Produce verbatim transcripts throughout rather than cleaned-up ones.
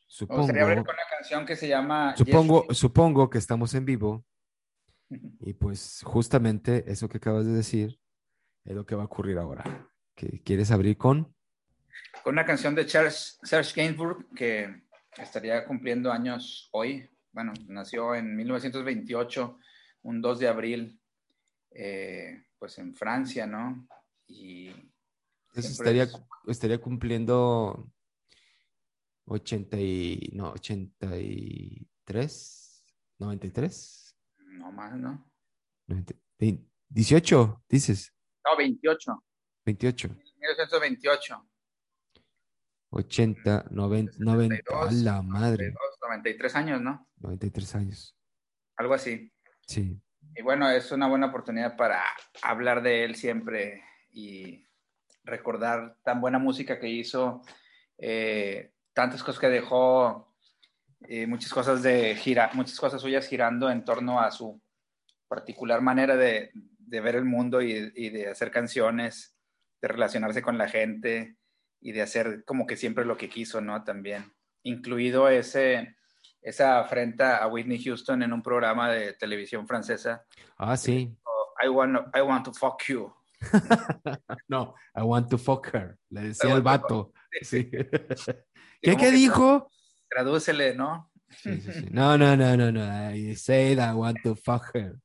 Me gustaría abrir supongo, con una canción que se llama supongo, Yesterday. supongo que estamos en vivo y pues justamente eso que acabas de decir es lo que va a ocurrir ahora. ¿Qué quieres abrir con? Con una canción de Charles, Serge Gainsbourg que estaría cumpliendo años hoy. Bueno, nació en mil novecientos veintiocho, un dos de abril, eh, pues en Francia, ¿no? Y Entonces siempre estaría, es, estaría cumpliendo ochenta y, no, ochenta y tres, noventa y tres, no más, ¿no? noventa, veinte, dieciocho, dices, No, veintiocho, veintiocho, mil novecientos veintiocho. ochenta, noventa, noventa, a sesenta y dos, la madre, noventa y dos, noventa y tres años, ¿no? noventa y tres años. Algo así. Sí, Y bueno, es una buena oportunidad para hablar de él siempre y recordar tan buena música que hizo, eh, tantas cosas que dejó, eh, muchas cosas de gira, muchas cosas suyas girando en torno a su particular manera de, de ver el mundo y, y, de hacer canciones, de relacionarse con la gente y de hacer como que siempre lo que quiso, ¿no? También, incluido ese, esa afrenta a Whitney Houston en un programa de televisión francesa ah, que le sí. dijo, I want, I want to fuck you. No, I want to fuck her, le I decía el want to fuck vato. you. Sí. Y ¿Qué, como qué que dijo? tradúcele, ¿no? Sí, sí, sí. No, no, no, no, no. I said I want to fuck her.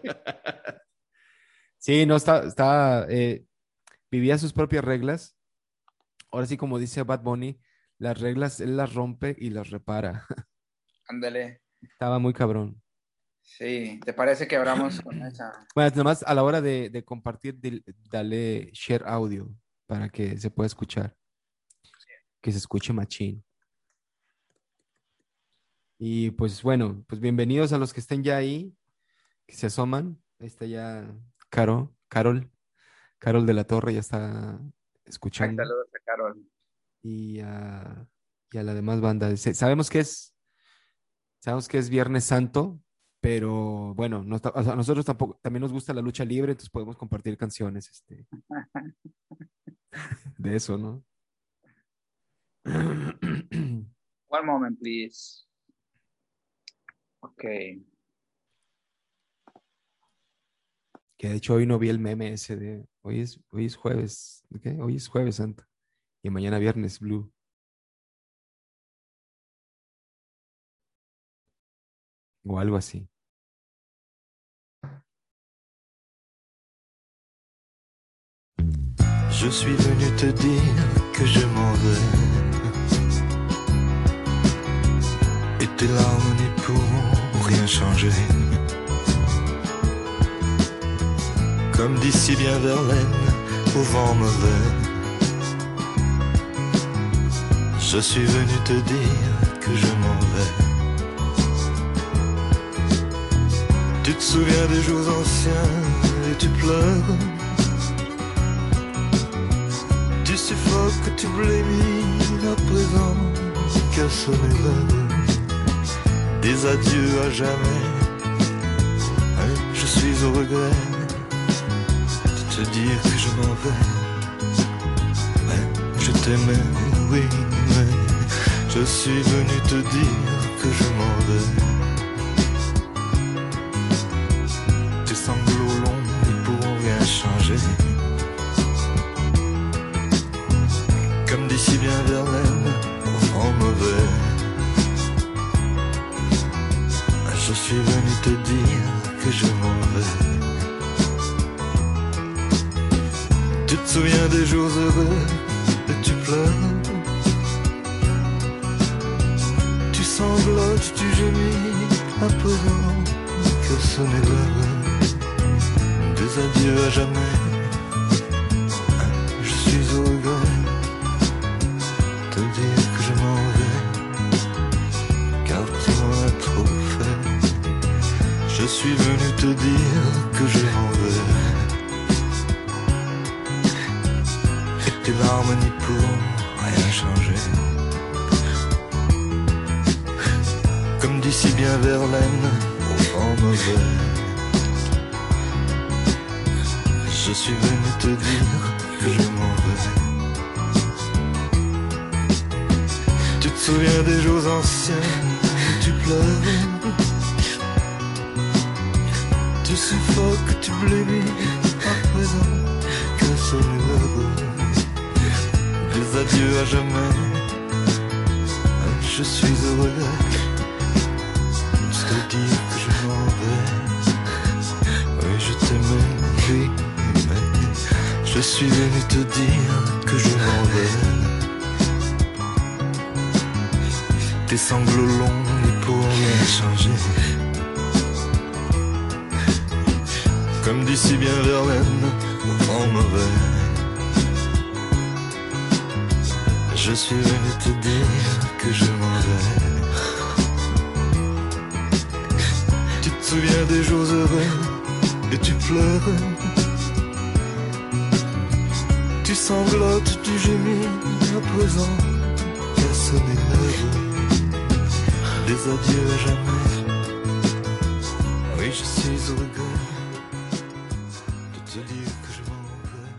Sí, no, está, está, eh, vivía sus propias reglas. Ahora sí, como dice Bad Bunny, las reglas él las rompe y las repara. Ándale. Estaba muy cabrón. Sí, ¿te parece que abramos con esa? Bueno, nomás a la hora de, de compartir, dil- dale share audio para que se pueda escuchar, que se escuche machín. Y pues bueno, pues bienvenidos a los que estén ya ahí, que se asoman. Ahí está ya Caro, Carol, Carol de la Torre ya está Ay, escuchando. saludos a Carol. Y a, y a la demás banda. Se- Sabemos que es, sabemos que es Viernes Santo, pero bueno, no está- o sea, a nosotros tampoco, también nos gusta la lucha libre, entonces podemos compartir canciones, este, de eso, ¿no? One moment, please. Ok. Que de hecho hoy no vi el meme ese de, hoy es, hoy es jueves, ¿qué? Hoy es jueves santo y mañana viernes blue, o algo así. Je suis venu te dire que je m'en vais. Et tes larmes n'y pourront rien changer. Comme dit si bien Verlaine, au vent mauvais. Je suis venu te dire que je m'en vais. Tu te souviens des jours anciens et tu pleures. Tu suffoques, tu blémis à présent qu'à sonner l'heure des adieux à jamais. Et je suis au regret de te dire que je m'en vais. Mais je t'aimais, oui, mais je suis venu te dire que je m'en vais. Tes sanglots longs ne pourront rien changer. Comme dit si bien Verlaine, au vent mauvais. Je suis venu te dire que je m'en vais. Tu te souviens des jours heureux et tu pleures. Tu sanglotes, tu gémis à présent que sonnait l'heure des adieux à jamais. Je suis au regret te dire que je m'en vais, car tu m'en as trop fait. Je suis venu te dire que je m'en vais. Et tes larmes n'y pourront rien changer. Comme dit si bien Verlaine, au vent mauvais. Je suis venu te dire que je m'en vais. Tu te souviens des jours anciens où tu pleures. Tu suffoques, tu blêmis, à présent qu'un seul heure. Les adieux à jamais, je suis heureux de te dire que je m'en vais. Oui, je t'aimais, oui, mais je suis venu te dire que je m'en vais. Tes sanglots longs n'y pourront rien changer. Comme dit si bien Verlaine, au vent mauvais. Je suis venu te dire que je m'en vais. Tu te souviens des jours heureux et tu pleures. Tu sanglotes, tu gémis, à présent qu'à sonner l'heure. Des adieux à jamais. Oui, je suis au regret de te dire que je m'en vais.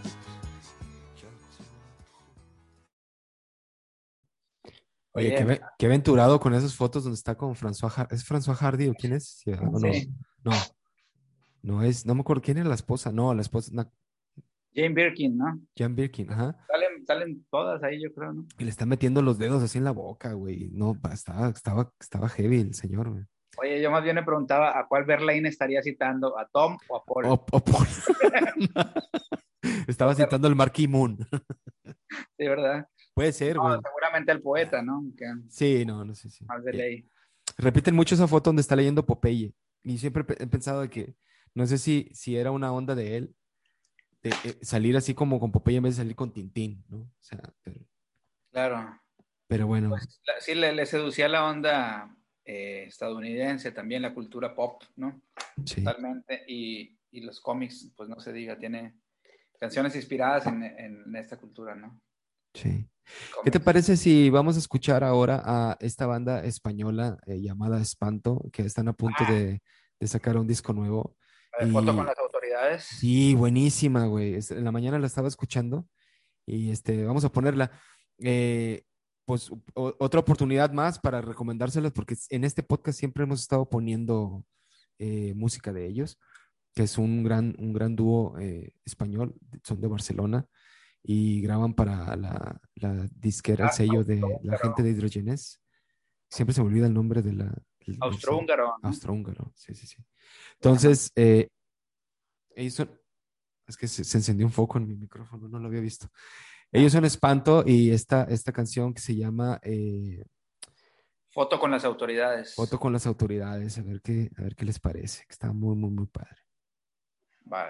Oye, Oye, qué, ave- qué aventurado con esas fotos donde está con François Hardy. ¿Es François Hardy o quién es? Sí, ¿o no? Sí. No, no es, no me acuerdo quién era la esposa. No, la esposa, no, Jane Birkin, ¿no? Jan Birkin, ajá. Salen, salen todas ahí, yo creo, ¿no? Y le está metiendo los dedos así en la boca, güey. No, pa- estaba, estaba, estaba heavy el señor, güey. Oye, yo más bien me preguntaba a cuál Verlaine estaría citando, a Tom o a Paul. O- o por- Estaba citando el Marquis Moon. Sí, ¿verdad? Puede ser, No, güey. seguramente el poeta, ¿no? Que Sí, no, no sé, sí. más de Eh, ley. Repiten mucho esa foto donde está leyendo Popeye. Y siempre pe- he pensado de que, no sé si, si era una onda de él, de eh, salir así como con Popeye en vez de salir con Tintín, ¿no? O sea, pero, Claro. pero bueno, Pues, la- sí, le, le seducía la onda eh, estadounidense, también la cultura pop, ¿no? sí. Totalmente. Y, y los cómics, pues no se diga, tiene canciones inspiradas en, en esta cultura, ¿no? Sí. ¿Qué te Cómics. parece si vamos a escuchar ahora a esta banda española eh, llamada Espanto, que están a punto Ah. de, de sacar un disco nuevo? La de foto Y con las autoridades. sí, buenísima, güey. Es- En la mañana la estaba escuchando y este, vamos a ponerla. Eh, pues o- otra oportunidad más para recomendárselas, porque en este podcast siempre hemos estado poniendo eh, música de ellos, que es un gran, un gran dúo eh, español, son de Barcelona y graban para la, la disquera, el Ah, sello de la Austrohúngaro. gente de Hidrogenes. Siempre se me olvida el nombre de la... del- del Austrohúngaro, sello. ¿no? Austrohúngaro, sí, sí, sí. Entonces, eh, ellos son... Es que se, se encendió un foco en mi micrófono, no lo había visto. Ellos son Espanto y esta, esta canción que se llama eh, Foto con las autoridades. Foto con las autoridades, a ver qué, a ver qué les parece, que está muy, muy, muy padre. Vale.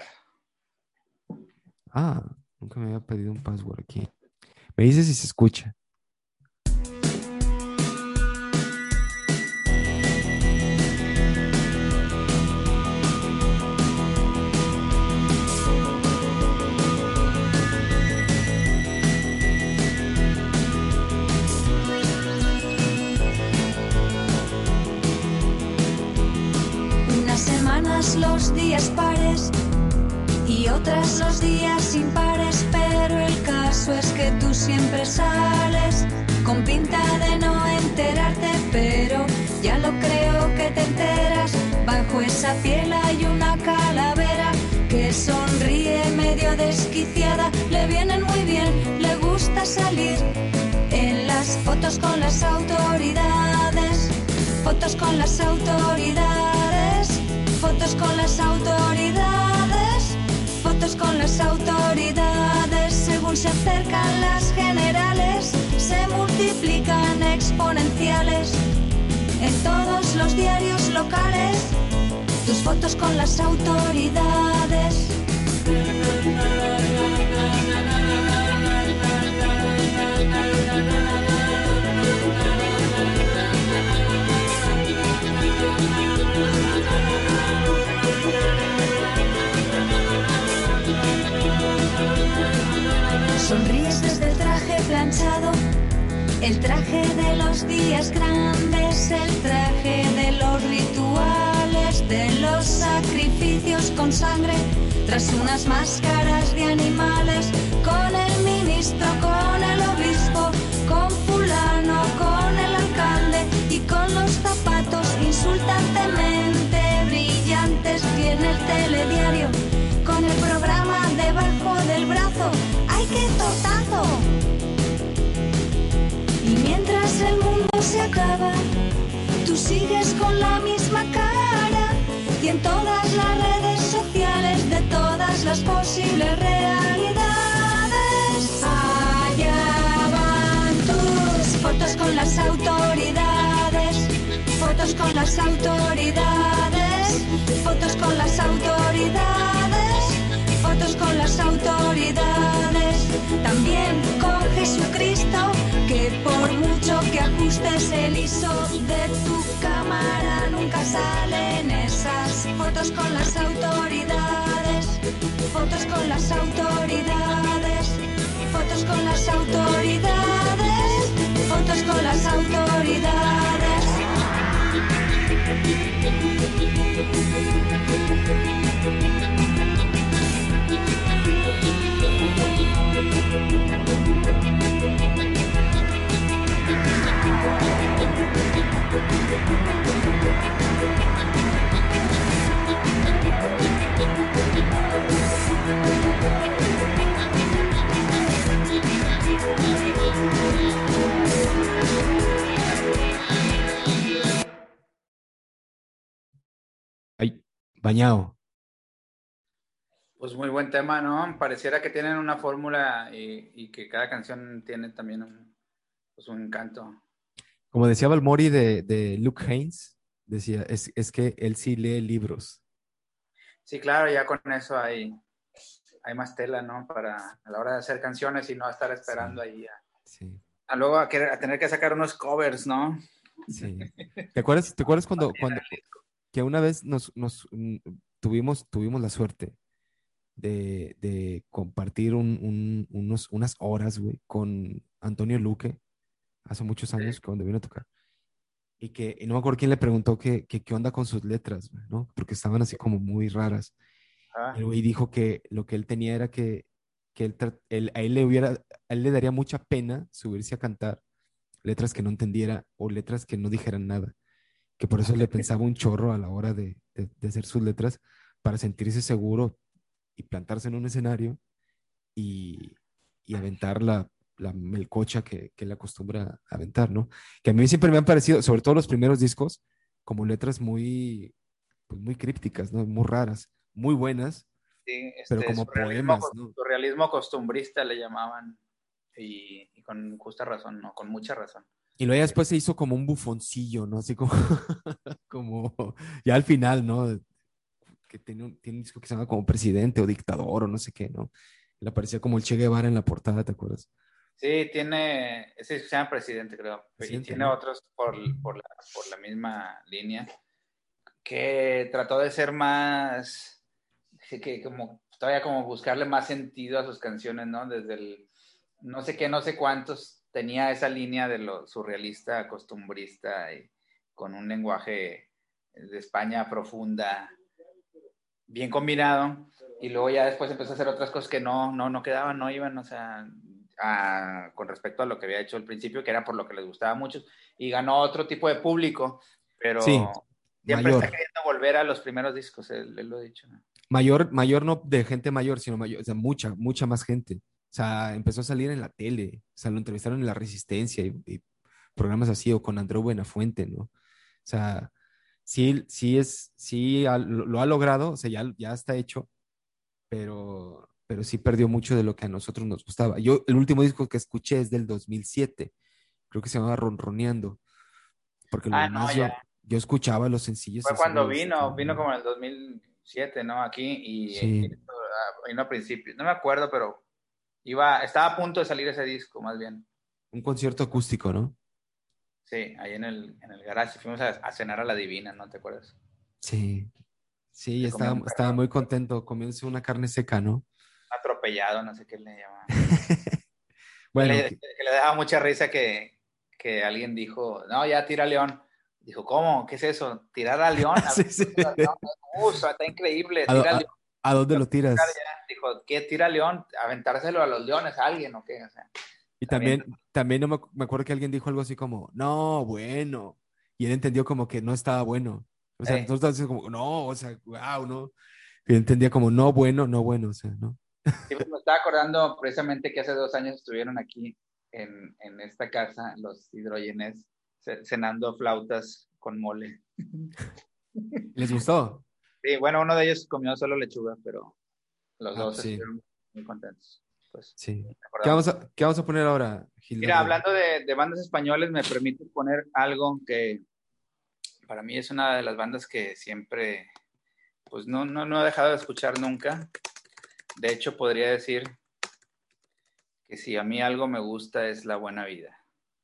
Ah, nunca me había pedido un password aquí. Me dice si se escucha. Unas semanas los días pares y otras los días impares, pero el caso es que tú siempre sales con pinta de no enterarte, pero ya lo creo que te enteras. Bajo esa piel hay una calavera que sonríe medio desquiciada, le vienen muy bien, le gusta salir en las fotos con las autoridades, fotos con las autoridades, fotos con las autoridades, fotos con las autoridades. Según se acercan las generales, se multiplican exponenciales en todos los diarios locales, tus fotos con las autoridades. Sonríes desde el traje planchado, el traje de los días grandes, el traje de los rituales, de los sacrificios con sangre, tras unas máscaras de animales, con el ministro, con el obispo, con fulano, con hizo tanto. Y mientras el mundo se acaba, tú sigues con la misma cara. Y en todas las redes sociales de todas las posibles realidades, allá van tus fotos con las autoridades, fotos con las autoridades, fotos con las autoridades, fotos con las autoridades. También con Jesucristo, que por mucho que ajustes el I S O de tu cámara, nunca salen esas fotos con las autoridades, fotos con las autoridades, fotos con las autoridades, fotos con las autoridades. Ay, bañado. Pues muy buen tema, ¿no? Pareciera que tienen una fórmula y, y que cada canción tiene también un, pues un encanto. Como decía Balmori de, de Luke Haynes, decía, es, es que él sí lee libros. Sí, claro, ya con eso hay, hay más tela, ¿no? Para a la hora de hacer canciones y no estar esperando Sí, ahí a, sí, a luego a, querer, a tener que sacar unos covers, ¿no? sí. ¿Te acuerdas, te acuerdas cuando, cuando que una vez nos, nos mm, tuvimos, tuvimos la suerte de, de compartir un, un- unos, unas horas, güey, con Antonio Luque, hace muchos años, cuando vino a tocar? Y que y no me acuerdo quién le preguntó que, que qué onda con sus letras, güey, ¿no? Porque estaban así como muy raras. Ah, Y el güey dijo que lo que él tenía era que, que él, tra- él- a él le hubiera, a él le daría mucha pena subirse a cantar letras que no entendiera o letras que no dijeran nada, que por eso le pensaba un chorro a la hora de, de, de hacer sus letras para sentirse seguro y plantarse en un escenario y, y aventar la, la melcocha que, que él acostumbra a aventar, ¿no? Que a mí siempre me han parecido, sobre todo los primeros discos, como letras muy, pues muy crípticas, ¿no? Muy raras, muy buenas, sí, pero este, como surrealismo, poemas, ¿no? surrealismo costumbrista le llamaban y, y con justa razón, ¿no? Con mucha razón. Y luego ya después se hizo como un bufoncillo, ¿no? Así como, como ya al final, ¿no? Que tiene un, tiene un disco que se llama como Presidente o Dictador o no sé qué, ¿no? Le aparecía como el Che Guevara en la portada, ¿te acuerdas? Sí, tiene, ese se llama Presidente, creo, y Presidente, tiene ¿no? otros por, por, la, por la misma línea, que trató de ser más, sí, que como, todavía como buscarle más sentido a sus canciones, ¿no? Desde el, no sé qué, no sé cuántos, tenía esa línea de lo surrealista, costumbrista, y con un lenguaje de España profunda, bien combinado, y luego ya después empezó a hacer otras cosas que no, no, no quedaban, no iban, o sea, a, con respecto a lo que había hecho al principio, que era por lo que les gustaba a muchos, y ganó otro tipo de público, Sí, pero siempre está mayor. queriendo volver a los primeros discos, él, él lo ha dicho, ¿no? Mayor, mayor no de gente mayor, sino mayor, o sea, mucha, mucha más gente. O sea, empezó a salir en la tele, o sea, lo entrevistaron en La Resistencia y, y programas así, o con Andreu Buenafuente, ¿no? O sea, sí, sí es, sí ha- lo, lo ha logrado, o sea, ya, ya está hecho, pero, pero sí perdió mucho de lo que a nosotros nos gustaba. Yo, el último disco que escuché es del dos mil siete, creo que se llamaba Ronroneando, porque lo Ah, no, demás ya, yo, yo escuchaba los sencillos fue y cuando solo decía, vino, vino como en el dos mil siete, ¿no? Aquí, y, y sí, vino a principios, no me acuerdo, pero iba, estaba a punto de salir ese disco, más bien. un concierto acústico, ¿no? Sí, ahí en el, en el garage fuimos a, a cenar a la Divina, ¿no te acuerdas? Sí, sí, Se comió estaba, un estaba perro muy contento comiéndose una carne seca, ¿no? atropellado, no sé qué le llamaban. Que Bueno, le, que- que le daba mucha risa que, que alguien dijo, no, ya tira a León. Dijo, ¿cómo? ¿Qué es eso? ¿Tirar a León? A sí, ver, sí. tira a León. Uh, está increíble, ¿A, do- tira a León. a- a dónde lo tiras? Dijo, ¿qué tira a León? ¿Aventárselo a los leones a alguien o qué? O sea, Y avienta. también, también no me, acu- me acuerdo que alguien dijo algo así como, no, bueno. Y él entendió como que no estaba bueno. O sea, Eh, nosotros decimos como, no, o sea, wow, ¿no? Y él entendía como, no, bueno, no, bueno, o sea, ¿no? Sí, pues me estaba acordando precisamente que hace dos años estuvieron aquí en, en esta casa los hidrogenes ce- cenando flautas con mole. ¿Les gustó? Sí, bueno, uno de ellos comió solo lechuga, pero los Ah, dos pues sí, estuvieron muy contentos. Pues sí. ¿Qué recordamos. vamos a, qué vamos a poner ahora, Mira, Gildardo? hablando de, de bandas españoles, me permite poner algo que para mí es una de las bandas que siempre, pues no, no, no he dejado de escuchar nunca. De hecho, podría decir que si a mí algo me gusta es la buena vida.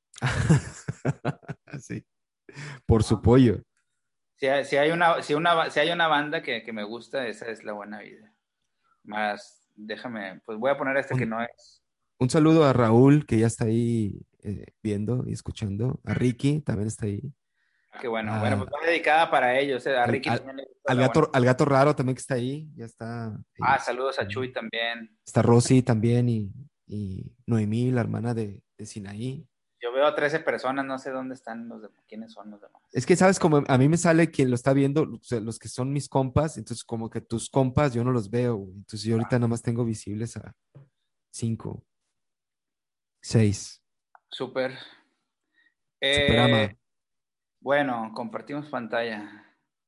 Sí, por su pollo. Si hay, si hay una, si una, si hay una banda que, que me gusta, esa es la buena vida. Más, déjame, pues voy a poner este que Un, no es. un saludo a Raúl, que ya está ahí eh, viendo y escuchando. A Ricky, también está ahí. Que bueno, bueno, pues A- va dedicada para ellos. eh. A al, Ricky al- también le gusta al la buena. gato, al gato raro también que está ahí. Ya está. Ah, eh, saludos a eh, Chuy también. está Rosy también y, y Noemí, la hermana de, de Sinaí. Yo veo a trece personas, no sé dónde están los demás, quiénes son los demás. Es que, ¿sabes? Como a mí me sale quien lo está viendo, o sea, los que son mis compas, entonces como que tus compas yo no los veo, güey. Entonces yo ahorita nada más tengo visibles a cinco, seis. Súper. Eh, Superama. bueno, compartimos pantalla.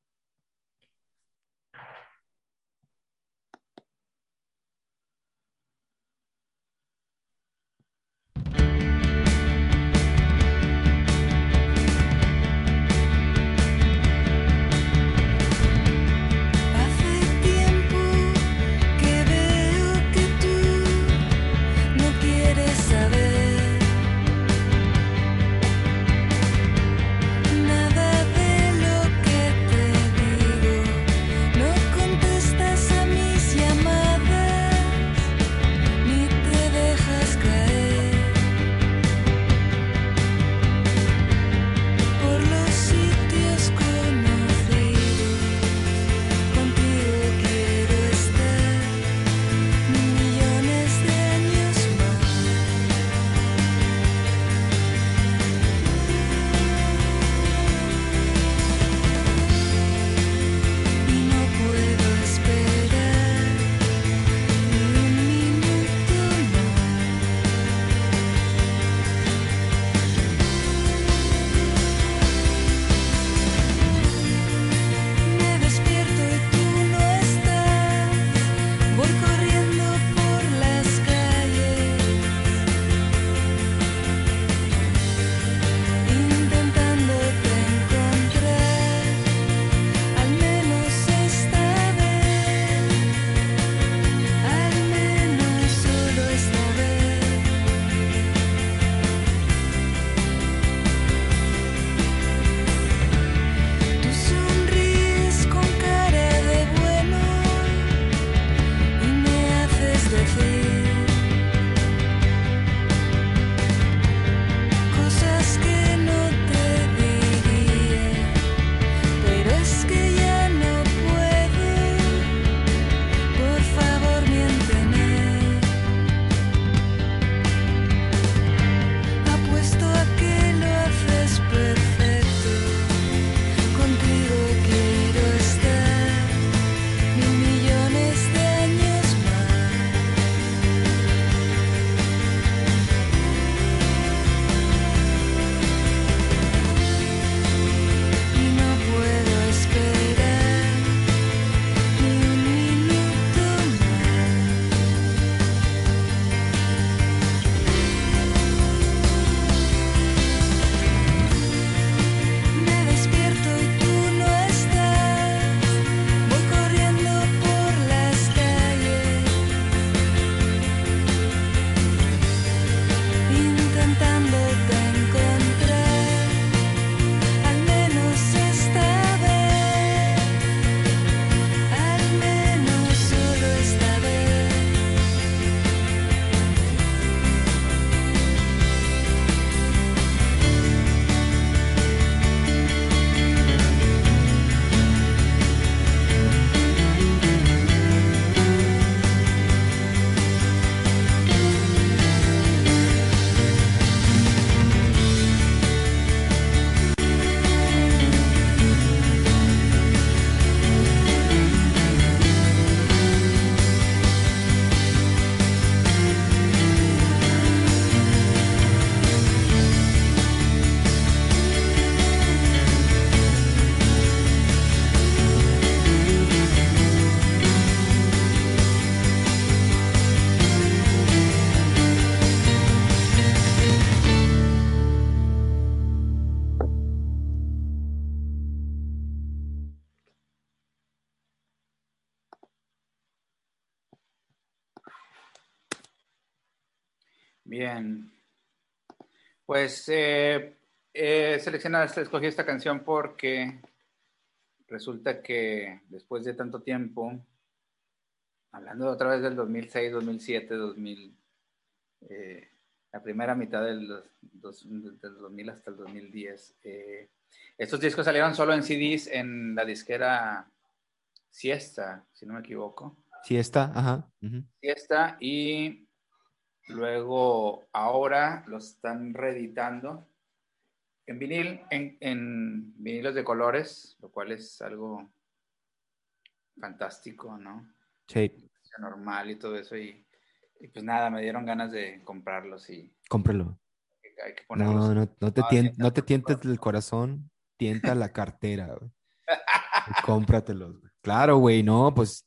Hace tiempo que veo que tú no quieres saber nada de lo que Bien. Pues eh, eh, seleccionado, escogí esta canción porque resulta que después de tanto tiempo, hablando otra vez del dos mil seis, dos mil siete, dos mil, eh, la primera mitad del, dos, del dos mil hasta el dos mil diez, eh, estos discos salieron solo en C Ds en la disquera Siesta, si no me equivoco. Siesta, ajá. Uh-huh. Siesta, y luego ahora los están reeditando en vinil, en, en vinilos de colores, lo cual es algo fantástico, ¿no? Sí. Normal y todo eso, y, y pues nada, me dieron ganas de comprarlos y... Cómpralo. Hay que ponerlos. No, no, no te, Ah, tien, sí, no te tientes el corazón, tienta la cartera, güey. Y cómpratelos, güey. Claro, güey, no, pues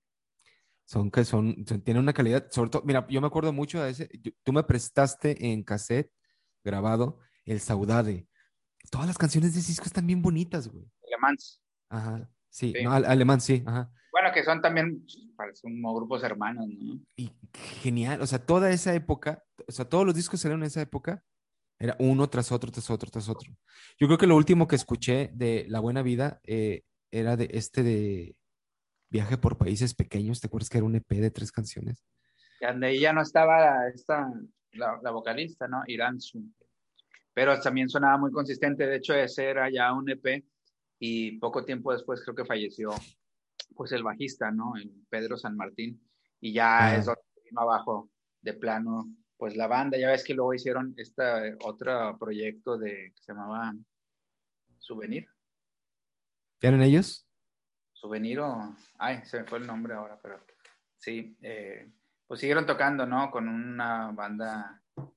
son que son, son- tienen una calidad, sobre todo, mira, yo me acuerdo mucho de ese, yo- tú me prestaste en cassette grabado El Saudade. Todas las canciones de ese disco están bien bonitas, güey. Alemans. Ajá, sí, Sí. no, al- alemán, sí, ajá. Bueno, que son también, parecen como grupos hermanos, ¿no? Y genial, o sea, toda esa época, o sea, todos los discos salieron en esa época, era uno tras otro, tras otro, tras otro. Yo creo que lo último que escuché de La Buena Vida eh, era de este de Viaje por Países Pequeños, ¿te acuerdas que era un E P de tres canciones? Y donde ahí ya no estaba esta, la, la vocalista, ¿no? Iranzu. Pero también sonaba muy consistente, de hecho ese era ya un E P, y poco tiempo después creo que falleció pues el bajista, ¿no? El Pedro San Martín, y ya Ah. es donde vino abajo de plano, pues la banda. Ya ves que luego hicieron este otro proyecto de, que se llamaba Souvenir, ¿Eran ellos? Souvenir o, ay, se me fue el nombre ahora, pero sí, eh, pues siguieron tocando, ¿no? Con una banda,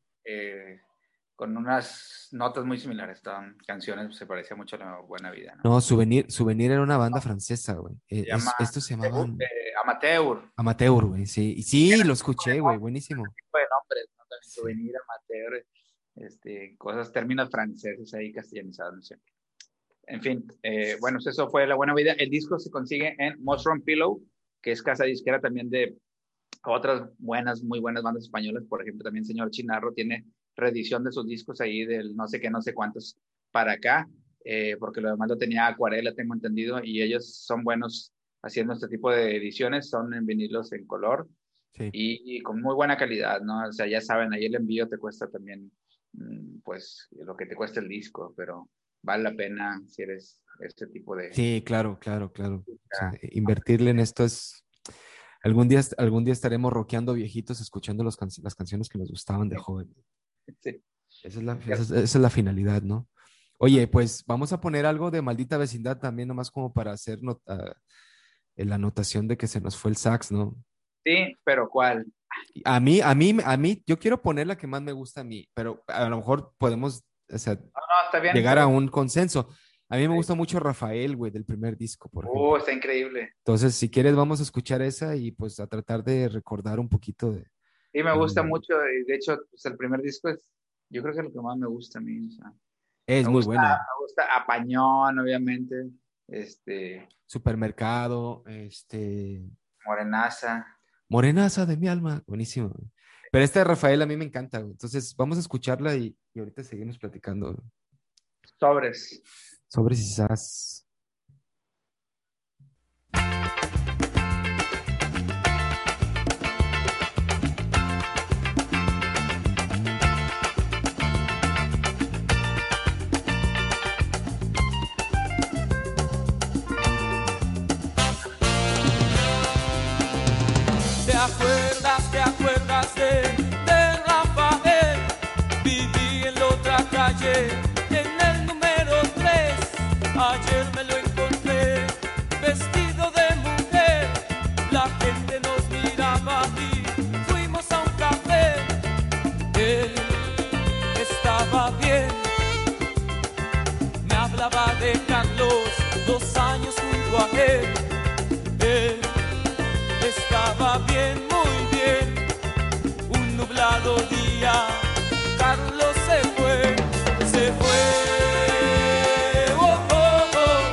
eh, con unas notas muy similares, estaban canciones, se parecía mucho a La Buena Vida, ¿no? No, Souvenir, Souvenir era una banda francesa, güey. Eh, Se es- llama estos se llamaban eh, Amateur. Amateur, güey, sí. Y sí, lo escuché, güey, buenísimo. Tipo de nombres, ¿no? También Sí. Souvenir, Amateur, este, cosas, términos franceses ahí castellanizados, no sé. En fin, eh, bueno, eso fue La Buena Vida. El disco se consigue en Mushroom Pillow, que es casa disquera también de otras buenas, muy buenas bandas españolas. Por ejemplo, también Señor Chinarro tiene reedición de sus discos ahí del no sé qué, no sé cuántos para acá, eh, porque lo demás lo tenía Acuarela, tengo entendido, y ellos son buenos haciendo este tipo de ediciones, son en vinilos en color Sí. y, y con muy buena calidad, ¿no? O sea, ya saben, ahí el envío te cuesta también, mm, pues, lo que te cuesta el disco, pero vale la pena si eres este tipo de... Sí, claro, claro, claro. O sea, invertirle en esto es... Algún día, algún día estaremos rockeando viejitos escuchando los can- las canciones que nos gustaban de joven. Sí. Esa es la, esa es, esa es la finalidad, ¿no? Oye, pues vamos a poner algo de Maldita Vecindad también, nomás como para hacer nota- la anotación de que se nos fue el sax, ¿no? Sí, pero ¿cuál? A mí, a mí, a mí, yo quiero poner la que más me gusta a mí, pero a lo mejor podemos, o sea, No, no, está bien. llegar está a bien. un consenso. A mí me Sí. gusta mucho Rafael, güey, del primer disco, por ejemplo. Uh, está increíble. Entonces, si quieres, vamos a escuchar esa y pues a tratar de recordar un poquito de... Sí, me gusta Mm. mucho, y de hecho, pues el primer disco es, yo creo que es lo que más me gusta a mí, o sea, Es me muy gusta, bueno. me gusta Apañón, obviamente, este, Supermercado, este... Morenaza. Morenaza de mi alma, buenísimo. Güey. Pero esta de Rafael a mí me encanta, güey. Entonces, vamos a escucharla y, y ahorita seguimos platicando, güey. Sobres. Sobre quizás... ¿Te acuerdas, te acuerdas de, de Rafael? Viví en la otra calle, en el número tres. Ayer me lo encontré, vestido de mujer. La gente nos miraba y fuimos a un café. Él estaba bien, me hablaba de Carlos, dos años junto a él. Él estaba bien, muy bien. Un nublado día, Carlos se fue, se fue. Oh, oh, oh.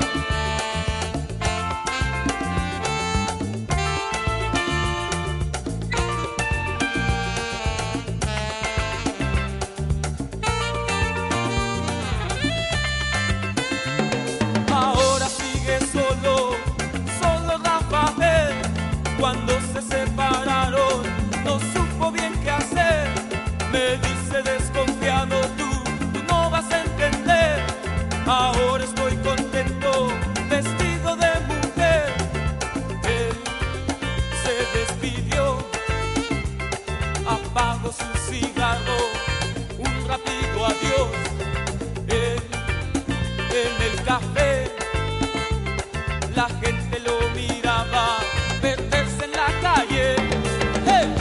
café. La gente lo miraba perderse en la calle. ¡Hey!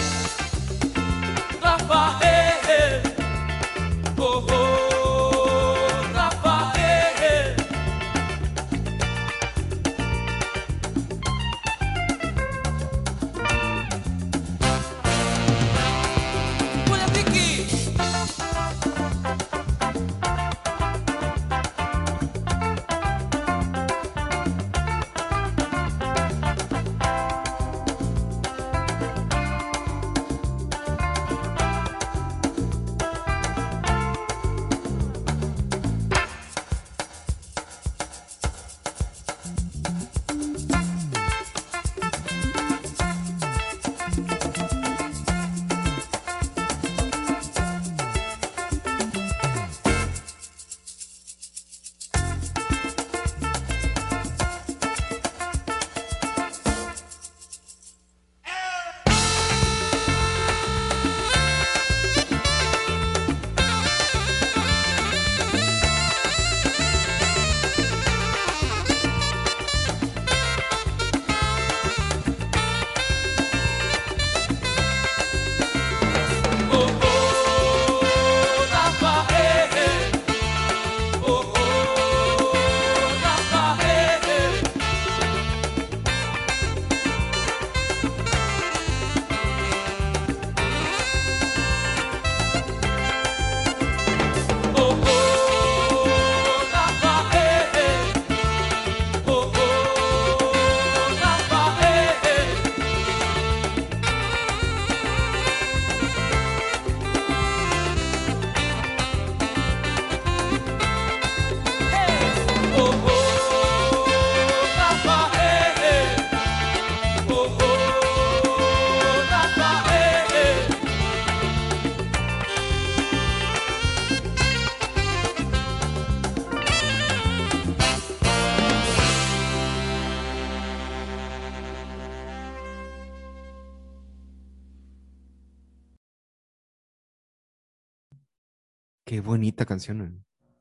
Rafael, oh, oh, Rafael. Hola, Vicky. Oh, oh, Rafael. Oh, oh, Rafael. Oh, oh, Rafael. Oh, oh, Rafael. Oh, oh, Rafael. Oh, oh, Rafael. Qué bonita canción, güey.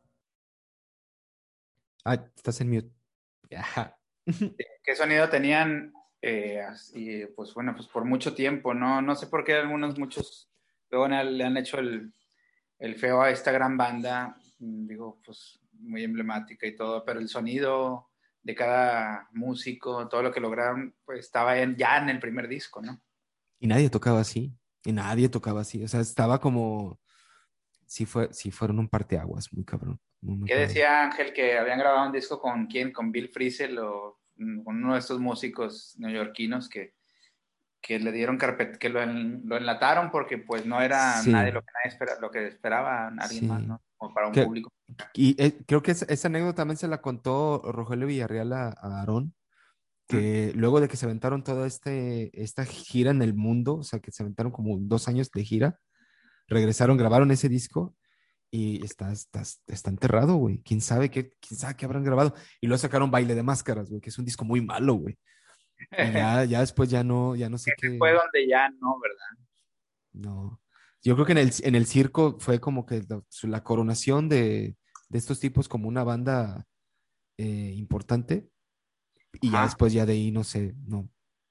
Ah, estás en mute. Ajá. ¿Qué sonido tenían? Eh, así, pues bueno, pues por mucho tiempo, ¿no? No sé por qué algunos, muchos, luego le han hecho el, el feo a esta gran banda, digo, pues muy emblemática y todo, pero el sonido de cada músico, todo lo que lograron, pues estaba en, ya en el primer disco, ¿no? Y nadie tocaba así. Y nadie tocaba así. O sea, estaba como. Sí, fue, sí fueron un parteaguas, muy cabrón. Muy, muy ¿Qué cabrón. decía Ángel que habían grabado un disco con quién? Con Bill Frisell o mm, con uno de estos músicos neoyorquinos que, que le dieron carpet, que lo, en- lo enlataron porque pues no era nadie Sí, lo que nadie espera, lo que esperaba alguien más, sí. ¿no? O para un Que, público. y eh, creo que esa, esa anécdota también se la contó Rogelio Villarreal a, a Aarón, ¿Mm? que luego de que se aventaron toda este, esta gira en el mundo, o sea, que se aventaron como dos años de gira, regresaron, grabaron ese disco y está, está, está enterrado, güey. ¿Quién sabe qué, quién sabe qué habrán grabado? Y luego sacaron Baile de Máscaras, güey, que es un disco muy malo, güey. Y ya, ya después ya no, ya no sé Fue qué, donde ya no, ¿verdad? no. Yo creo que en el, en el circo fue como que la, su- la coronación de, de estos tipos como una banda eh, importante. Y ya Ajá, después ya de ahí no sé, no,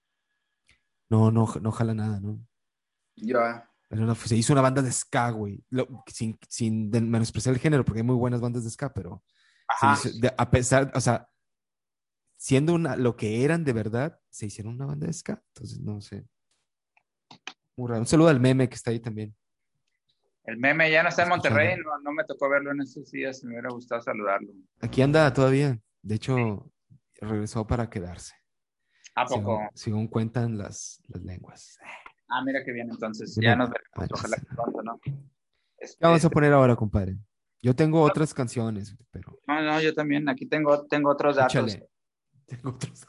no, no, no jala nada, ¿no? ya. Pero no, pues, se hizo una banda de ska, güey. Lo- sin, sin de- menospreciar el género, porque hay muy buenas bandas de ska, pero se Ajá. hizo, de- a pesar, o sea, siendo una, lo que eran de verdad, se hicieron una banda de ska. Entonces, no sé. Muy raro. Un saludo al meme que está ahí también, El meme ya no está en Monterrey, escuchando. no, no me tocó verlo en estos días, me hubiera gustado saludarlo. Aquí anda todavía. De hecho, regresó para quedarse. ¿A poco? Según, según cuentan las, las lenguas. Ah, mira qué bien, entonces ya Viene nos a veremos, ver si ojalá se- que pronto, ¿no? ¿Qué vamos a Este, poner ahora, compadre? Yo tengo otras canciones, pero no, no, yo también, aquí tengo, tengo otros datos. échale. Tengo otros.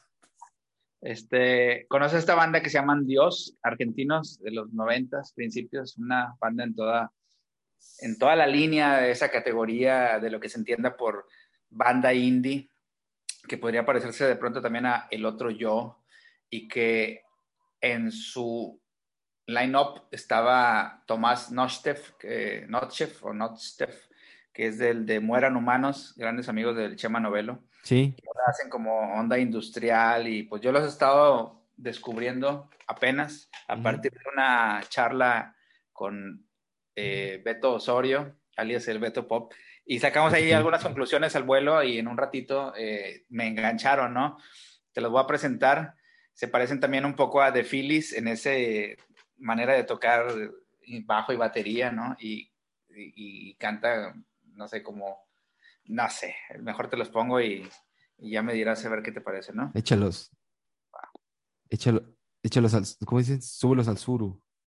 Este, ¿conoces esta banda que se llaman Dios, argentinos de los noventas, principios? Una banda en toda, en toda la línea de esa categoría de lo que se entienda por banda indie, que podría parecerse de pronto también a El Otro Yo, y que en su line-up estaba Tomás Notchev, que, Notchev o Notchev, que es del de Mueran Humanos, grandes amigos del Chema Novelo. Sí. Que ahora hacen como onda industrial y pues yo los he estado descubriendo apenas a Ujú. partir de una charla con eh, Beto Osorio, alias el Beto Pop, y sacamos ahí Ok. algunas conclusiones al vuelo y en un ratito eh, me engancharon, ¿no? Te los voy a presentar. Se parecen también un poco a The Phillies en esa manera de tocar bajo y batería, ¿no? Y, y, y canta, no sé, como, no sé, mejor te los pongo y, y ya me dirás a ver qué te parece, ¿no? Échalos. Échalo, échalos al, ¿cómo dicen? Súbelos al suru.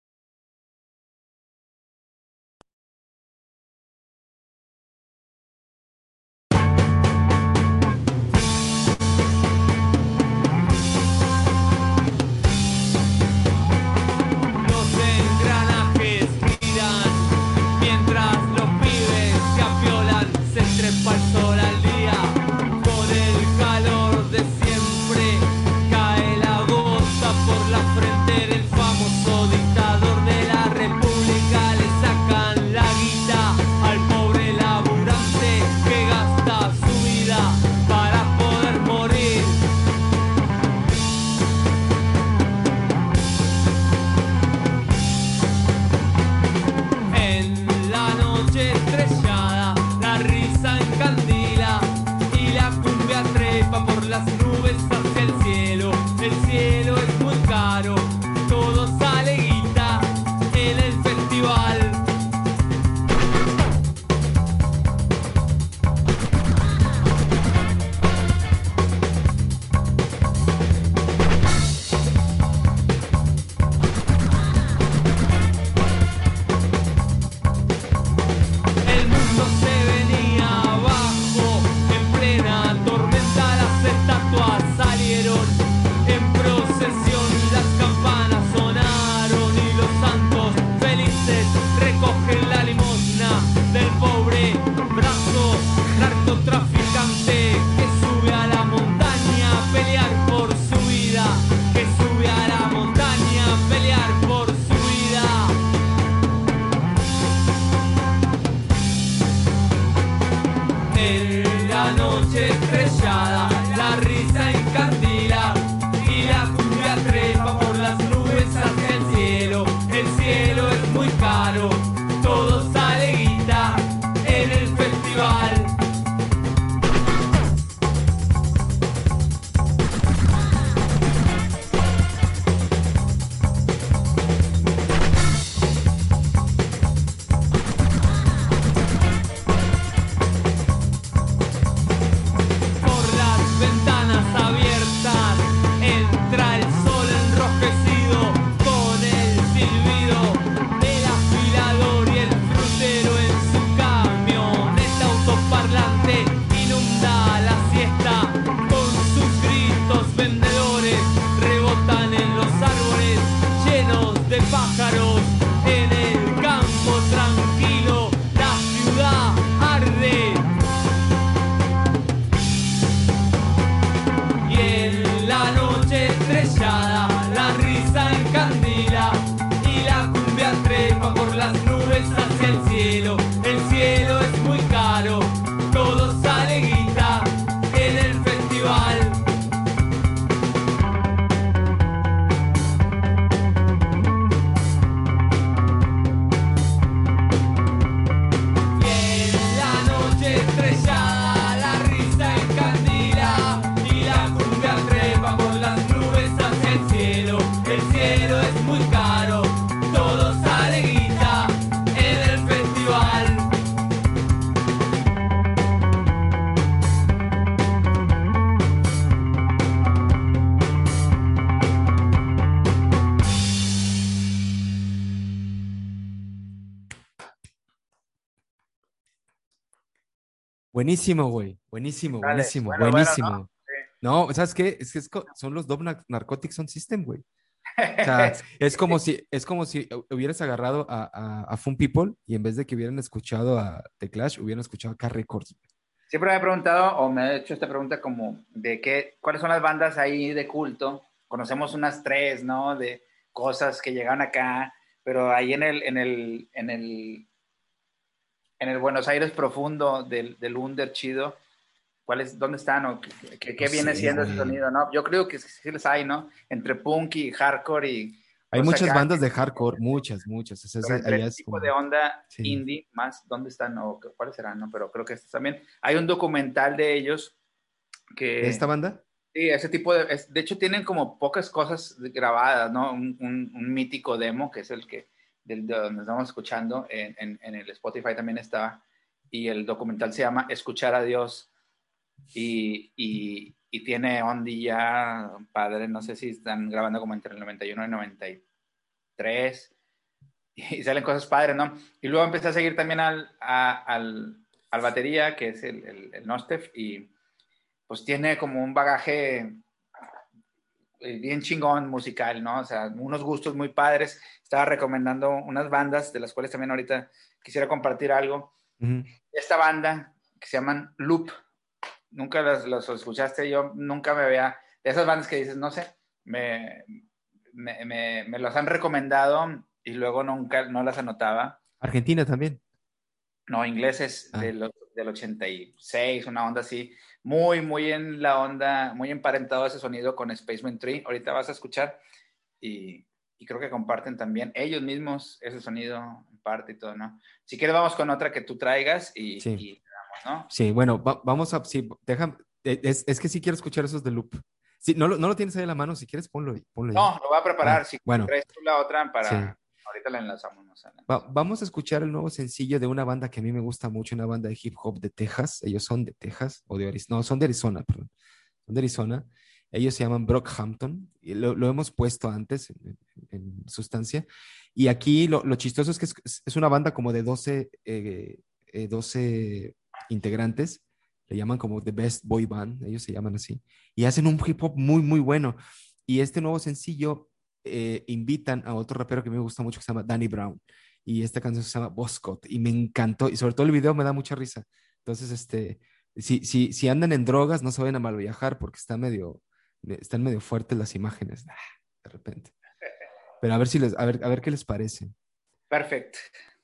Los engranajes giran mientras los pibes se apiolan, se trepa el sol al día. Con el calor de siempre cae la gota por la frente del famoso dictador de la república. Le sacan la guita al pobre laburante que gasta su vida para poder morir. En la noche estrellada, la risa encandila y la cumbia trepa por las nubes hacia el cielo. El cielo es muy caro, todo sale guita en el festival. El mundo se venía abajo, en plena tormenta las estatuas salieron en procesión, las campanas sonaron y los santos felices recogen la limosna del pobre brazo narcotraficante que sube a la montaña a pelear por su vida, que sube a la montaña a pelear por su vida. En la noche estrellada, la risa encandila y la cumbia trepa por las nubes hacia el cielo. El cielo es muy caro, todo sale guita en el festival. Por las ventanas abiertas entra el sol enrojecido con el silbido del afilador y el frutero en su camioneta autoparlante inunda la siesta con sus gritos vendedores, rebotan en los árboles llenos de pájaros. En el campo tranquilo la ciudad arde. Y en la noche estrellada, la risa encandila y la cumbia trepa por las nubes hacia el cielo. El cielo es muy caro, todo sale guita en el festival. Y en la noche estrellada, la risa encandila y la cumbia trepa por las nubes hacia el cielo. El cielo es muy caro, todo sale guita en el festival. Buenísimo, güey. Buenísimo, Dale, buenísimo, bueno, bueno, buenísimo. ¿no? No, ¿sabes qué? Es que es co- son los Dove Nar- Narcotic Sound System, güey. O sea, es como si, es como si hu- hubieras agarrado a, a, a Fun People y en vez de que hubieran escuchado a The Clash, hubieran escuchado a K Records. Siempre me he preguntado, o me he hecho esta pregunta como, de qué, ¿cuáles son las bandas ahí de culto? Conocemos unas tres, ¿no? De cosas que llegan acá, pero ahí en el, en el, en el, en el Buenos Aires profundo del, del under chido, ¿cuál es, dónde están o qué, qué, qué viene Sí, siendo güey. ese sonido, ¿no? Yo creo que sí les hay, ¿no? Entre punk y hardcore y... Hay pues, muchas acá, bandas de hardcore, muchas, muchas. O sea, pero ese- entre allá ese es tipo como- de onda sí. indie, más, ¿dónde están? O ¿cuáles serán? No, pero creo que estos también. Hay un documental de ellos que... ¿De esta banda? Sí, ese tipo de... es- de hecho, tienen como pocas cosas grabadas, ¿no? Un, un, un mítico demo, que es el que... del- de donde estamos escuchando, en, en, en el Spotify también está, y el documental se llama Escuchar a Dios, y, y, y tiene ondilla padre, no sé si están grabando como entre el noventa y uno y noventa y tres, y salen cosas padres, ¿no? Y luego empecé a seguir también al, a, al, al batería, que es el, el, el Nostef, y pues tiene como un bagaje bien chingón musical, ¿no? O sea, unos gustos muy padres. Estaba recomendando unas bandas, de las cuales también ahorita quisiera compartir algo. Ujú. Esta banda, que se llaman Loop, nunca las, las escuchaste, yo nunca me había... De esas bandas que dices, no sé, me, me, me, me las han recomendado y luego nunca, no las anotaba. Argentina también. No, ingleses Ah. de los, del ochenta y seis, una onda así, muy, muy en la onda, muy emparentado ese sonido con Spaceman Tree. Ahorita vas a escuchar y, y creo que comparten también ellos mismos ese sonido en parte y todo, ¿no? Si quieres vamos con otra que tú traigas y, Sí. y vamos, ¿no? Sí, bueno, va- vamos a... Sí, déjame... eh, Es, es que sí quiero escuchar esos de Loop. Sí, no, lo- no lo tienes ahí a la mano, si quieres ponlo, ahí, ponlo ahí. No, lo voy a preparar. Ah, si bueno. traes tú la otra para... Sí. Ahorita la enlazamos. No sé. Va- vamos a escuchar el nuevo sencillo de una banda que a mí me gusta mucho, una banda de hip hop de Texas. Ellos son de Texas, o de Arizona, no, son de Arizona, perdón. Son de Arizona. Ellos se llaman Brockhampton, y lo, lo hemos puesto antes en, en- en sustancia. Y aquí lo, lo chistoso es que es, es una banda como de doce, eh, eh, doce integrantes. Le llaman como The Best Boy Band, ellos se llaman así. Y hacen un hip hop muy, muy bueno. Y este nuevo sencillo eh, invitan a otro rapero que me gusta mucho que se llama Danny Brown. Y esta canción se llama Boscott. Y me encantó. Y sobre todo el video me da mucha risa. Entonces, este, si, si, si andan en drogas, no se vayan a mal viajar porque está medio, están medio fuertes las imágenes. Ah, de repente. Pero a ver si les, a ver, a ver qué les parece. Perfecto.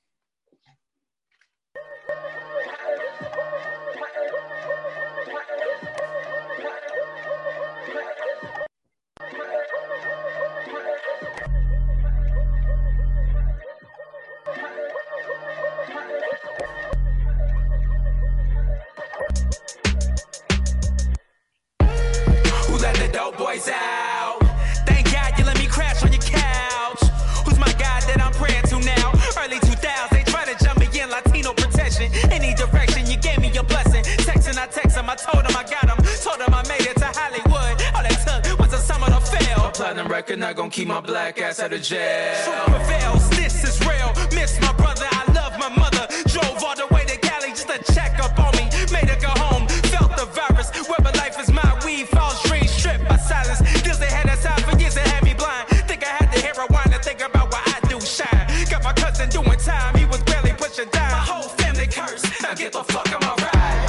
Who let the dope boys out? Thank God you let me crash on your couch. Who's my God that I'm praying to now? Early two thousands, they try to jump me in, Latino protection. Any direction, you gave me your blessing. Texting, I text him, I told him I got him. Told him I made it to Hollywood. All that took was a summer to fail. A platinum record not gonna keep my black ass out of jail. Super fails, this is real. Miss my brother, I love my mother. Drove all the way to Cali just to check up on me. Made her go home, felt the virus. Whether life is my weed, false dreams, stripped by silence. Deals they had that time for years that had me blind. Think I had to hear a whine to think about what I do shine. Got my cousin doing time, he was barely pushing down. My whole family cursed, now get the fuck on my ride.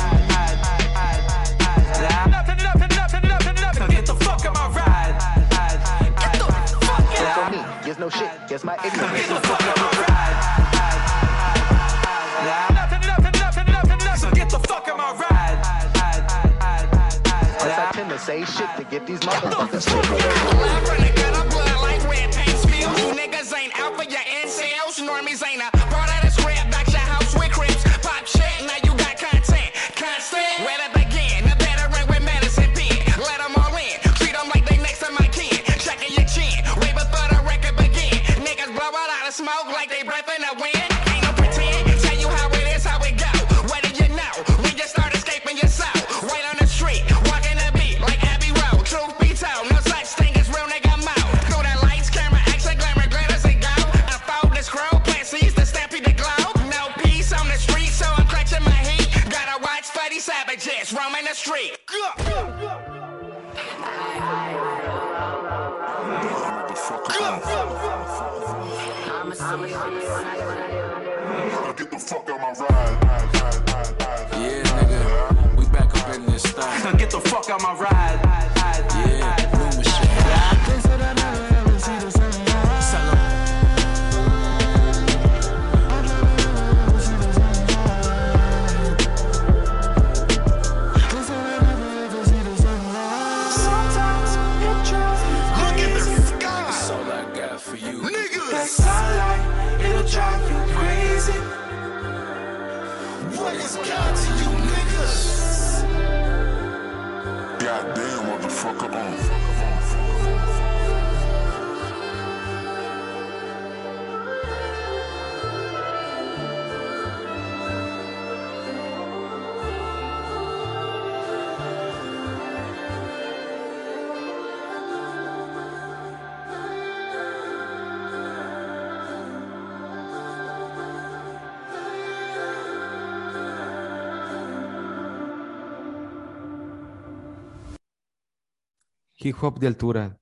Nothing, nothing, nothing, nothing, nothing, get the fuck on my ride. Get the fuck It's out. on me, there's no shit, guess my Get ignorance. the fuck on my ride. Nothing, nothing, nothing, nothing, nothing, get the fuck on my ride. Plus I tend to say shit to get these motherfuckers I run a gutter, blood like red paint spills. You niggas ain't out for your incels. Normies ain't a part of this red. Back your house with crips. Pop shit, now you got content. Constant. Where to begin? A veteran with medicine pen. Let them all in. Treat them like they next to my kin. Checking your chin. Way before the record begin. Niggas blow out of smoke like they breath in the wind. Ain't no pretend. Tell you how it is, how it go. What do you know? We just start escaping your soul. Right on the street. Walking the beat like Abbey Road. Truth be told, no such thing as real nigga mode. Through the lights, camera, action, glamour, glitters and go. I fold the scroll, plant seeds to stampede the globe. No peace on the street, so I'm clutching my heat. Gotta watch for these savages roaming the street. Get the fuck out my ride. Yeah, nigga, we back up in this style. Get the fuck out my ride. Yeah, new machine. praise God to you niggas. Goddamn, motherfucker, on. Hip hop de altura.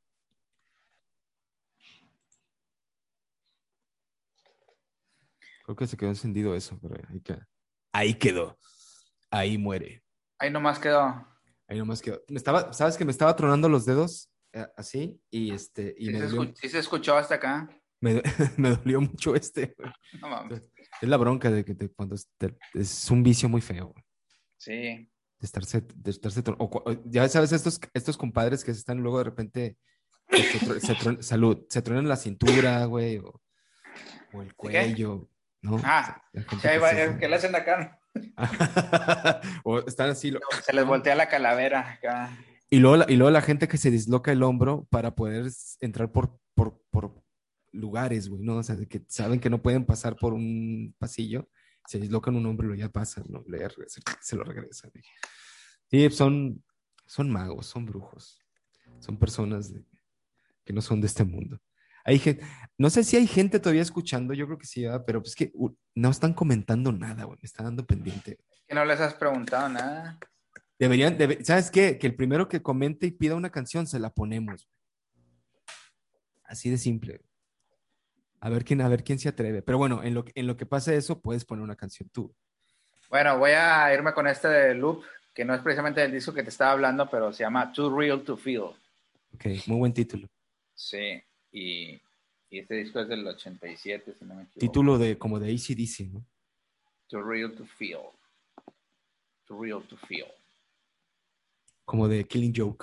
Creo que se quedó encendido eso, pero ahí quedó. Ahí quedó. Ahí muere. Ahí nomás quedó. Ahí nomás quedó. Me estaba, ¿sabes que me estaba tronando los dedos? Eh, así, y este, y ¿Sí me se, dolió, escu- sí se escuchó hasta acá? me, me dolió mucho este, güey. No mames. Es la bronca de que te- cuando es, te- es un vicio muy feo, güey. Sí. De estarse, de estarse tron- o cu- o ya sabes, estos, estos compadres que se están luego de repente, que se, tro- se tron- salud, se tronan la cintura, güey, o, o el ¿Sí qué? cuello, ¿no? Ah, La gente sí, ahí que va, se- eh, ¿qué le hacen acá? o están así. lo- Se les ¿no? voltea la calavera acá. Y luego, la, y luego la gente que se disloca el hombro para poder s- entrar por, por, por lugares, güey, ¿no? O sea, de que saben que no pueden pasar por un pasillo, se dislocan un hombro y luego ya pasan, ¿no? Luego ya regresa- se lo regresan. güey. Sí, son, son magos, son brujos, son personas de- que no son de este mundo. Hay gente, no sé si hay gente todavía escuchando, yo creo que sí, ¿verdad? Pero pues que uh, no están comentando nada, güey, me está dando pendiente. Que no les has preguntado nada. Deberían, debe- ¿sabes qué? Que el primero que comente y pida una canción se la ponemos. Así de simple. A ver quién, a ver quién se atreve. Pero bueno, en lo, que- en lo que pasa eso, puedes poner una canción tú. Bueno, voy a irme con este de loop, que no es precisamente el disco que te estaba hablando, pero se llama Too Real to Feel. Ok, muy buen título. Sí, y, y este disco es del ochenta y siete, si no me equivoco. Título de como de A C D C, ¿no? Too Real to Feel. Too Real to Feel. Como de Killing Joke.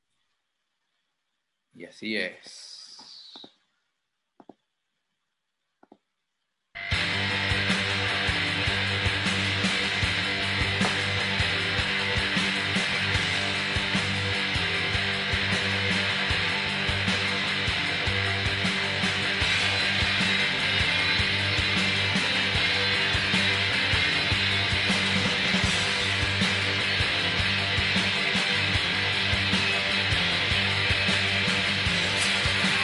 Y así es. I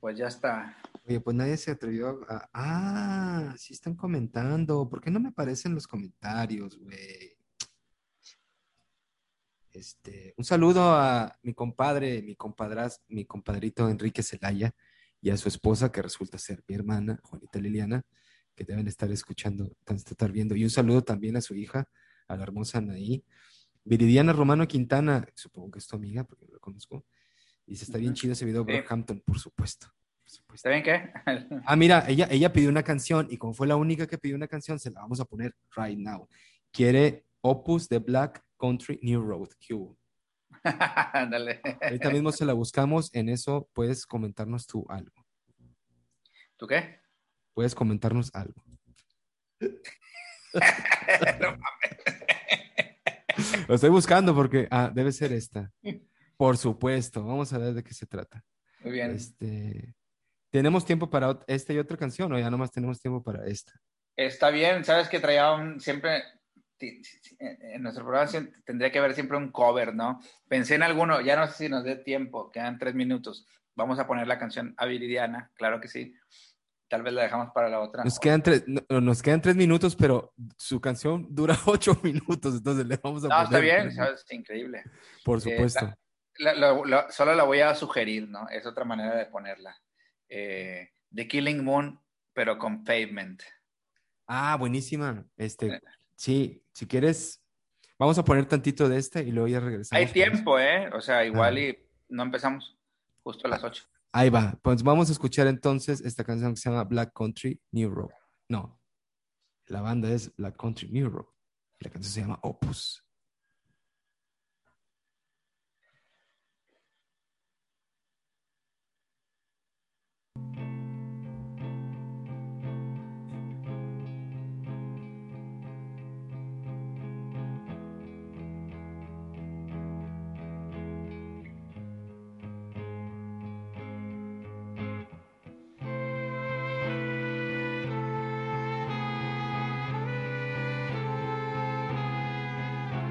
pues ya está. Oye, pues nadie se atrevió a... Ah, sí están comentando. ¿Por qué no me aparecen los comentarios, güey? Este, un saludo a mi compadre, mi compadraz, mi compadrito Enrique Celaya y a su esposa, que resulta ser mi hermana, Juanita Liliana, que deben estar escuchando, estar viendo. Y un saludo también a su hija, a la hermosa Anaí. Viridiana Romano Quintana, supongo que es tu amiga, porque no la conozco. Y se está bien chido ese video, Sí. Brockhampton, por supuesto. Por supuesto. ¿Está bien qué? Ah, mira, ella, ella pidió una canción y como fue la única que pidió una canción, se la vamos a poner right now. Quiere Opus de Black Country New Road. ¿Qué hubo? Ándale. Ahorita mismo se la buscamos. En eso puedes comentarnos tú algo. ¿Tú qué? Puedes comentarnos algo. No. Lo estoy buscando porque ah, debe ser esta. Por supuesto. Vamos a ver de qué se trata. Muy bien. Este, ¿tenemos tiempo para ot- esta y otra canción o ya nomás tenemos tiempo para esta? Está bien, sabes que traía un, siempre, ti- ti- en nuestro programa siempre- tendría que haber siempre un cover, ¿no? Pensé en alguno, ya no sé si nos dé tiempo, quedan tres minutos. Vamos a poner la canción a Viridiana, claro que sí. Tal vez la dejamos para la otra. Nos quedan, tres, no, nos quedan tres minutos, pero su canción dura ocho minutos, entonces le vamos a No, poner. está bien, tres sabes, increíble. Por Eh, supuesto. la- la- la- la- solo la voy a sugerir, ¿no? Es otra manera de ponerla. Eh, The Killing Moon, pero con Pavement. Ah, buenísima. Este, sí, si quieres, vamos a poner tantito de este y luego ya regresamos. Hay tiempo, ¿eh? O sea, igual Ah. y no empezamos justo a las ocho. Ahí va. Pues vamos a escuchar entonces esta canción que se llama Black Country New Road. No, la banda es Black Country New Road. Y la canción se llama Opus. Thank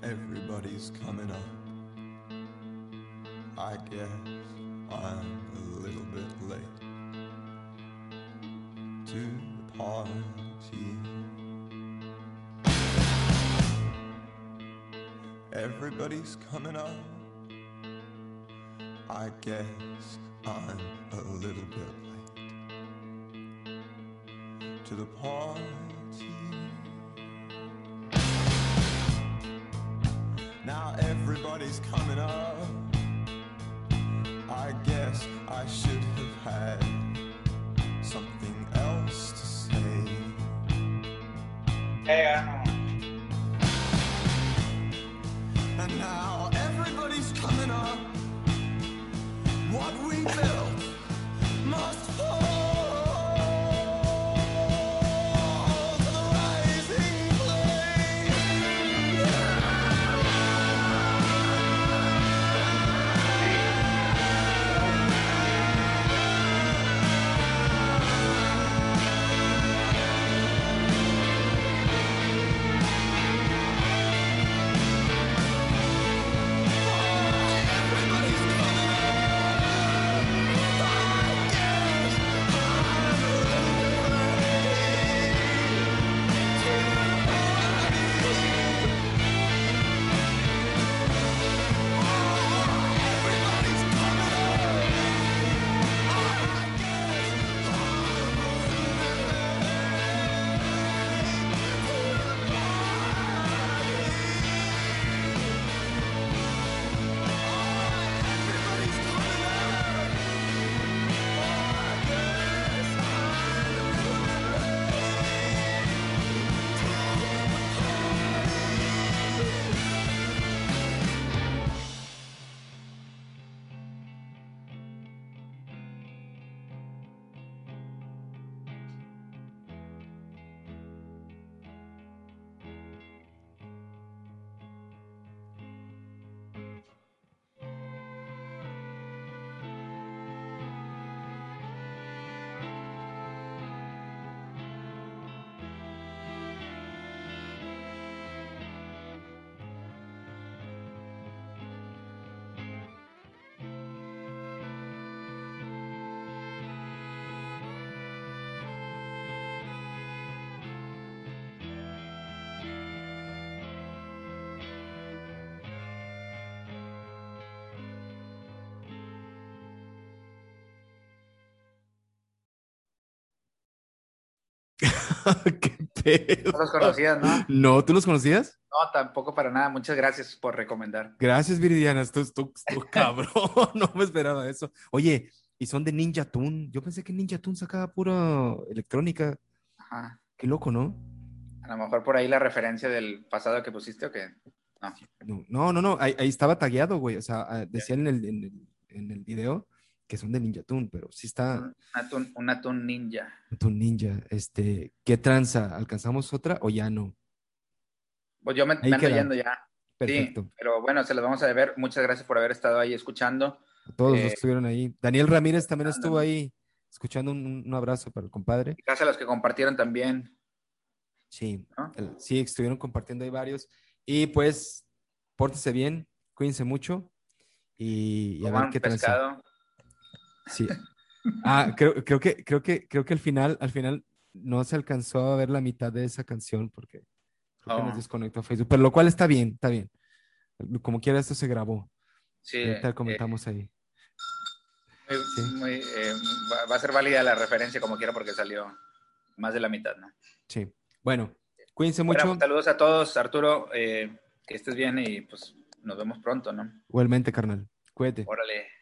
everybody's coming up. I guess I'm a little bit late to the party. Everybody's coming up. I guess I'm a little bit late to the party. Now everybody's coming up. I guess I should have had something else to say. Hey, I know. And now everybody's coming up. What we built must fall to the rising flame. ¿Qué pedo? No los conocías, ¿no? No, ¿tú los conocías? No, tampoco para nada. Muchas gracias por recomendar. Gracias, Viridiana. Esto es tu cabrón. No me esperaba eso. Oye, y son de Ninja Tune. Yo pensé que Ninja Tune sacaba pura electrónica. Ajá. Qué loco, ¿no? A lo mejor por ahí la referencia del pasado que pusiste o qué. No. No, no, no, no. Ahí, ahí estaba tagueado, güey. O sea, decía en el, en el, en el video que son de Ninja Tune, pero sí está. Un atún, un atún ninja. Atún Ninja. Este, ¿qué tranza? ¿Alcanzamos otra o ya no? Pues yo me, Ahí me ando queda. yendo ya. Perfecto. Sí, pero bueno, se los vamos a deber. Muchas gracias por haber estado ahí escuchando. A todos los Eh, que estuvieron ahí. Daniel Ramírez también anda, estuvo ¿no? ahí escuchando. Un, un abrazo para el compadre. Y gracias a los que compartieron también. Sí, ¿No? el- sí, estuvieron compartiendo ahí varios. Y pues, pórtense bien, cuídense mucho y, y a ver Coman qué tranza. pescado. Sí. Ah, creo, creo que, creo que, creo que al final, al final no se alcanzó a ver la mitad de esa canción porque creo que Oh. nos desconectó Facebook, pero lo cual está bien, está bien. Como quiera, esto se grabó. Sí, Y ahorita eh, comentamos ahí. muy, Sí. muy, eh, va, va a ser válida la referencia como quiera porque salió más de la mitad, ¿no? Sí. Bueno, cuídense Bueno, mucho. pues, saludos a todos, Arturo, eh, que estés bien y pues nos vemos pronto, ¿no? Igualmente, carnal. Cuídate. Órale.